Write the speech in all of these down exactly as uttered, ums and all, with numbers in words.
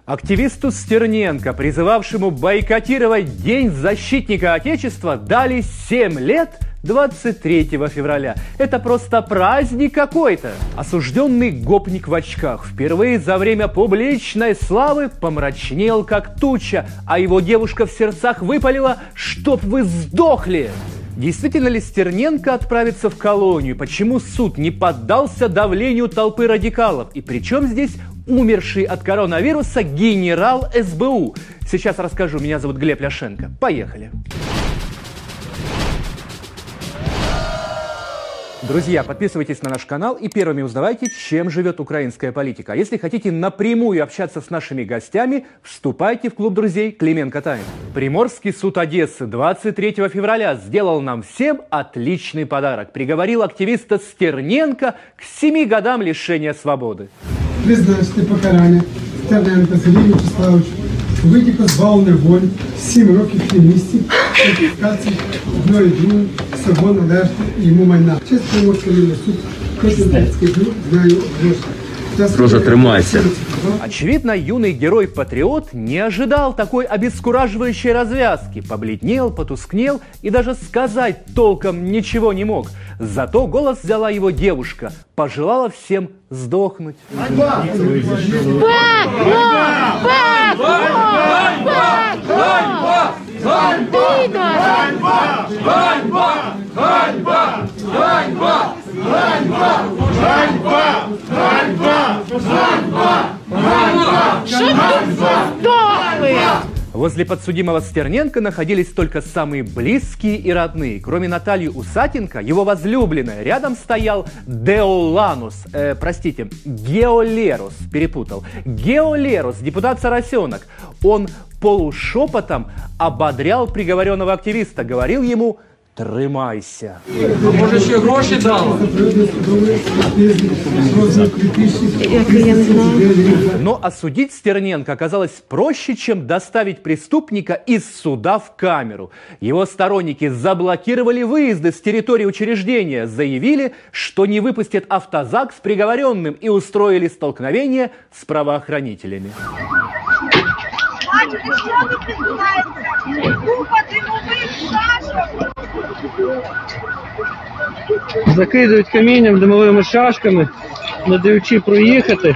Активисту Стерненко, призывавшему бойкотировать День защитника Отечества, дали семь лет двадцать третьего февраля. Это просто праздник какой-то. Осужденный гопник в очках впервые за время публичной славы помрачнел как туча, а его девушка в сердцах выпалила: «Чтоб вы сдохли!» Действительно ли Стерненко отправится в колонию? Почему суд не поддался давлению толпы радикалов? И при чем здесь умерший от коронавируса генерал эс бэ у? Сейчас расскажу. Меня зовут Глеб Ляшенко. Поехали. Друзья, подписывайтесь на наш канал и первыми узнавайте, чем живет украинская политика. А если хотите напрямую общаться с нашими гостями, вступайте в клуб друзей Клименко Тайм. Приморский суд Одессы двадцать третьего февраля сделал нам всем отличный подарок. Приговорил активиста Стерненко к семи годам лишения свободы. Призначити покарання Стерненка Сергію Вячеславовичу у виді позбавлення волі сім років і місяців конфіскації одної другої всього належного йому майна. Честь Приморський суд, кожен скажу, знаю гроші. Просто тримайся. Очевидно, юный герой-патриот не ожидал такой обескураживающей развязки. Побледнел, потускнел и даже сказать толком ничего не мог. Зато голос взяла его девушка, пожелала всем сдохнуть. Возле подсудимого Стерненко находились только самые близкие и родные. Кроме Натальи Усатенко, его возлюбленная, рядом стоял Деоланус, э, простите, Геолерус, перепутал. Геолерус, депутат Соросенок. Он полушепотом ободрял приговоренного активиста, говорил ему: «Тримайся». Може, ще гроші дали? Но осудить Стерненко оказалось проще, чем доставить преступника из суда в камеру. Его сторонники заблокировали выезды с территории учреждения, заявили, что не выпустят автозак с приговоренным, и устроили столкновение с правоохранителями. Закидують камінням, димовими шашками, не даючи проїхати.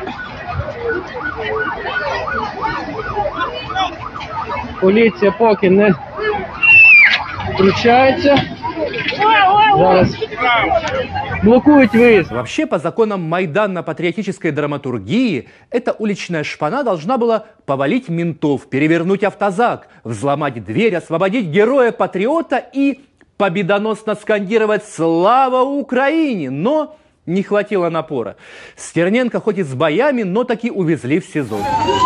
Поліція поки не втручається. Зараз блокують выезд. Вообще, по законам майданно-патриотической драматургии, эта уличная шпана должна была повалить ментов, перевернуть автозак, взломать дверь, освободить героя-патриота и победоносно скандировать «Слава Украине!», но не хватило напора. Стерненко хоть и с боями, но таки увезли в СИЗО.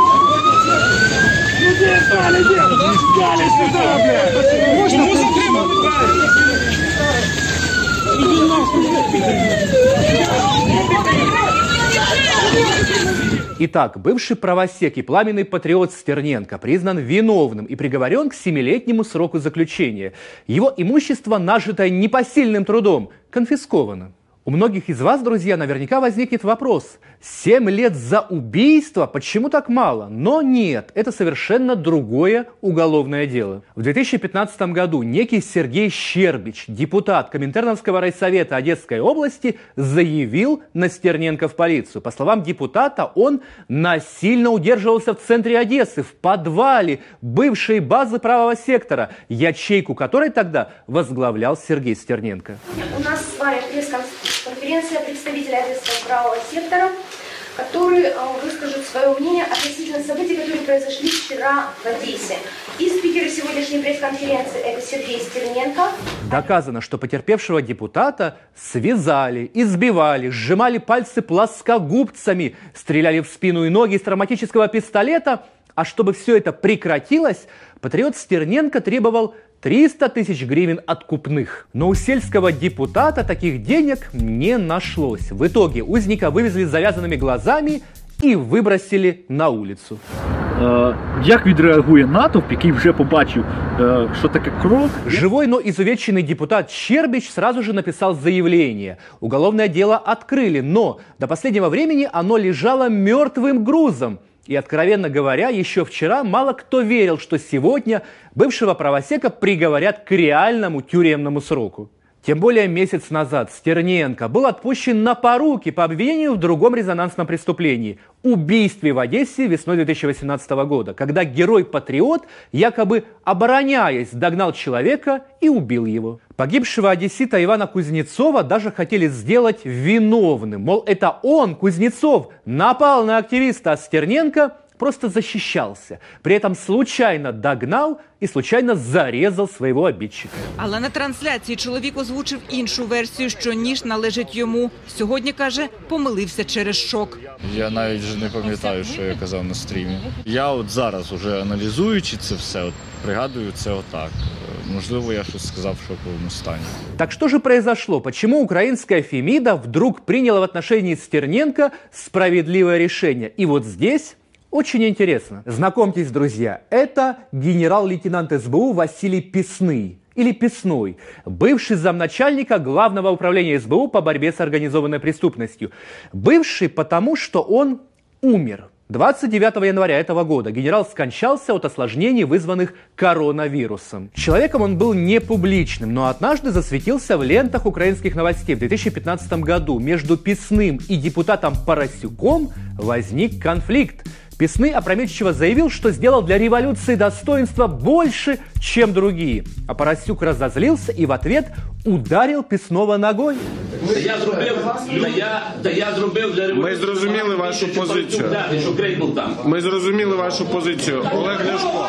Итак, бывший правосек и пламенный патриот Стерненко признан виновным и приговорен к семилетнему сроку заключения. Его имущество, нажитое непосильным трудом, конфисковано. У многих из вас, друзья, наверняка возникнет вопрос: семь лет за убийство, почему так мало? Но нет, это совершенно другое уголовное дело. В две тысячи пятнадцатом году некий Сергей Щербич, депутат Коминтерновского райсовета Одесской области, заявил на Стерненко в полицию. По словам депутата, он насильно удерживался в центре Одессы, в подвале бывшей базы правого сектора, ячейку которой тогда возглавлял Сергей Стерненко. У нас с вами пресс-конференция представителя Одесского правого сектора, который э, выскажет свое мнение относительно событий, которые произошли вчера в Одессе. И спикер сегодняшней пресс-конференции — это Сергей Стерненко. Доказано, что потерпевшего депутата связали, избивали, сжимали пальцы плоскогубцами, стреляли в спину и ноги из травматического пистолета. А чтобы все это прекратилось, патриот Стерненко требовал триста тысяч гривен откупных. Но у сельского депутата таких денег не нашлось. В итоге узника вывезли с завязанными глазами и выбросили на улицу. Е, як відреагує натовп, який вже побачив, е, що таке кров? Живой, но изувеченный депутат Щербич сразу же написал заявление. Уголовное дело открыли, но до последнего времени оно лежало мертвым грузом. И, откровенно говоря, еще вчера мало кто верил, что сегодня бывшего правосека приговорят к реальному тюремному сроку. Тем более месяц назад Стерненко был отпущен на поруки по обвинению в другом резонансном преступлении – убийстве в Одессе весной две тысячи восемнадцатого года, когда герой-патриот, якобы обороняясь, догнал человека и убил его. Погибшего одессита Ивана Кузнецова даже хотели сделать виновным. Мол, это он, Кузнецов, напал на активиста, а Стерненко просто защищался. При этом случайно догнав і случайно зарізав свого обидчика. Але на трансляції чоловік озвучив іншу версію, що ніж належить йому. Сьогодні, каже, помилився через шок. Я навіть вже не пам'ятаю, що я казав на стрімі. Я от зараз, уже аналізуючи це все, от пригадую це отак. Можливо, я щось сказав в шоковому стані. Так что же произошло? Почему украинская Фемида вдруг приняла в отношении Стерненко справедливое решение? И вот здесь очень интересно. Знакомьтесь, друзья, это генерал-лейтенант эс бэ у Василий Песный, или Песной, бывший замначальника Главного управления эс бэ у по борьбе с организованной преступностью. Бывший потому, что он умер. двадцать девятого января этого года генерал скончался от осложнений, вызванных коронавирусом. Человеком он был не публичным, но однажды засветился в лентах украинских новостей. В две тысячи пятнадцатом году между Песным и депутатом Парасюком возник конфликт. Песный опрометчиво заявил, что сделал для революции достоинства больше, чем другие. А Парасюк разозлился и в ответ ударил Песного ногой. Та я зробив, та я, та я зробив для революції. Ми зрозуміли вашу позицію. Що Крим був там. Ми зрозуміли вашу позицію. Олег Ляшко.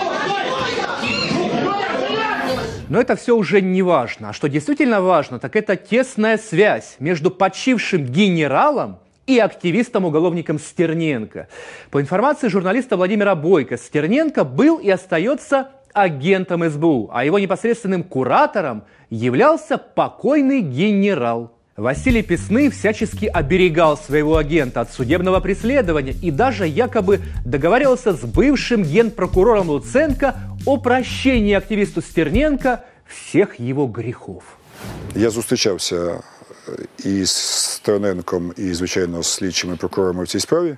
Но это все уже не важно. А что действительно важно, так это тесная связь между почившим генералом и активистом-уголовником Стерненко. По информации журналиста Владимира Бойко, Стерненко был и остается агентом эс бэ у, а его непосредственным куратором являлся покойный генерал. Василий Песный всячески оберегал своего агента от судебного преследования и даже якобы договаривался с бывшим генпрокурором Луценко о прощении активисту Стерненко всех его грехов. Я зустрічався і з Стерненком, і, звичайно, з слідчими прокурорами в цій справі.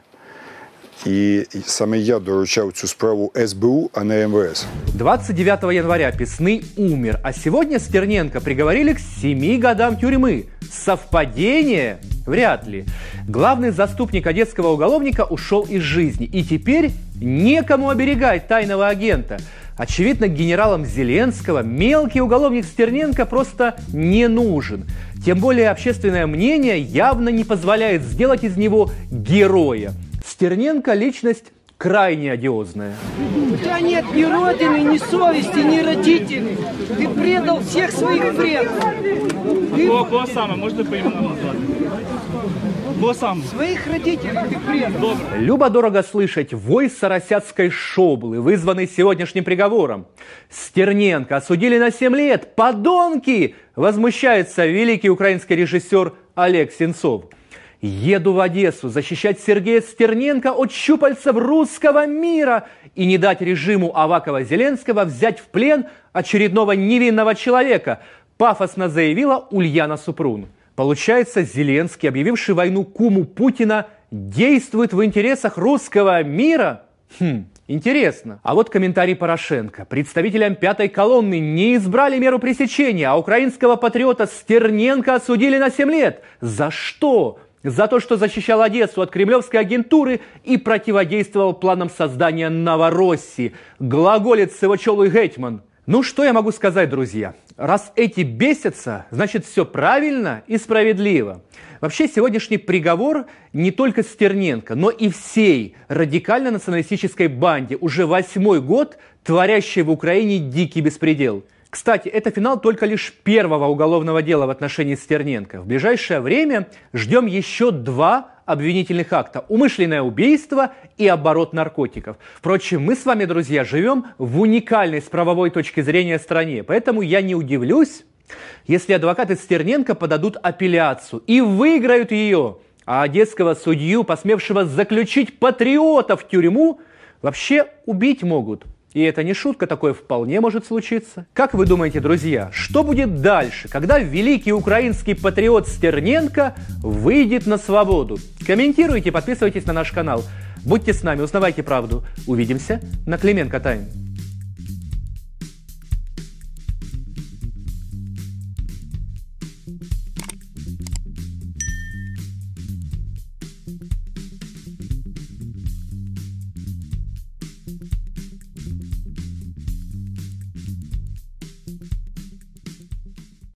И саме я доручал цю справу эс бэ у, а не эм вэ эс. двадцать девятого января Песный умер, а сегодня Стерненко приговорили к семи годам тюрьмы. Совпадение? Вряд ли. Главный заступник одесского уголовника ушел из жизни, и теперь некому оберегать тайного агента. Очевидно, генералам Зеленского мелкий уголовник Стерненко просто не нужен. Тем более общественное мнение явно не позволяет сделать из него героя. Стерненко – личность крайне одиозная. У тебя нет ни родины, ни совести, ни родителей. Ты предал всех своих предков. Кого, кого саме? Можете по іменам назвати? Кого саме? Своих родителей ты предал. Любо-дорого слышать вой соросятской шоблы, вызванный сегодняшним приговором. Стерненко осудили на семь лет. Подонки! Возмущается великий украинский режиссер Олег Сенцов. Еду в Одессу защищать Сергея Стерненко от щупальцев русского мира и не дать режиму Авакова-Зеленского взять в плен очередного невинного человека, пафосно заявила Ульяна Супрун. Получается, Зеленский, объявивший войну куму Путина, действует в интересах русского мира? Хм, интересно. А вот комментарий Порошенко. Представителям пятой колонны не избрали меру пресечения, а украинского патриота Стерненко осудили на семь лет. За что? За то, что защищал Одессу от кремлевской агентуры и противодействовал планам создания Новороссии. Глаголит сивочолый гетьман. Ну, что я могу сказать, друзья? Раз эти бесятся, значит, все правильно и справедливо. Вообще, сегодняшний приговор не только Стерненко, но и всей радикально-националистической банде, уже восьмой год творящей в Украине дикий беспредел. Кстати, это финал только лишь первого уголовного дела в отношении Стерненко. В ближайшее время ждем еще два обвинительных акта – умышленное убийство и оборот наркотиков. Впрочем, мы с вами, друзья, живем в уникальной с правовой точки зрения стране, поэтому я не удивлюсь, если адвокаты Стерненко подадут апелляцию и выиграют ее, а одесского судью, посмевшего заключить патриота в тюрьму, вообще убить могут. И это не шутка, такое вполне может случиться. Как вы думаете, друзья, что будет дальше, когда великий украинский патриот Стерненко выйдет на свободу? Комментируйте, подписывайтесь на наш канал. Будьте с нами, узнавайте правду. Увидимся на Клименко Тайм.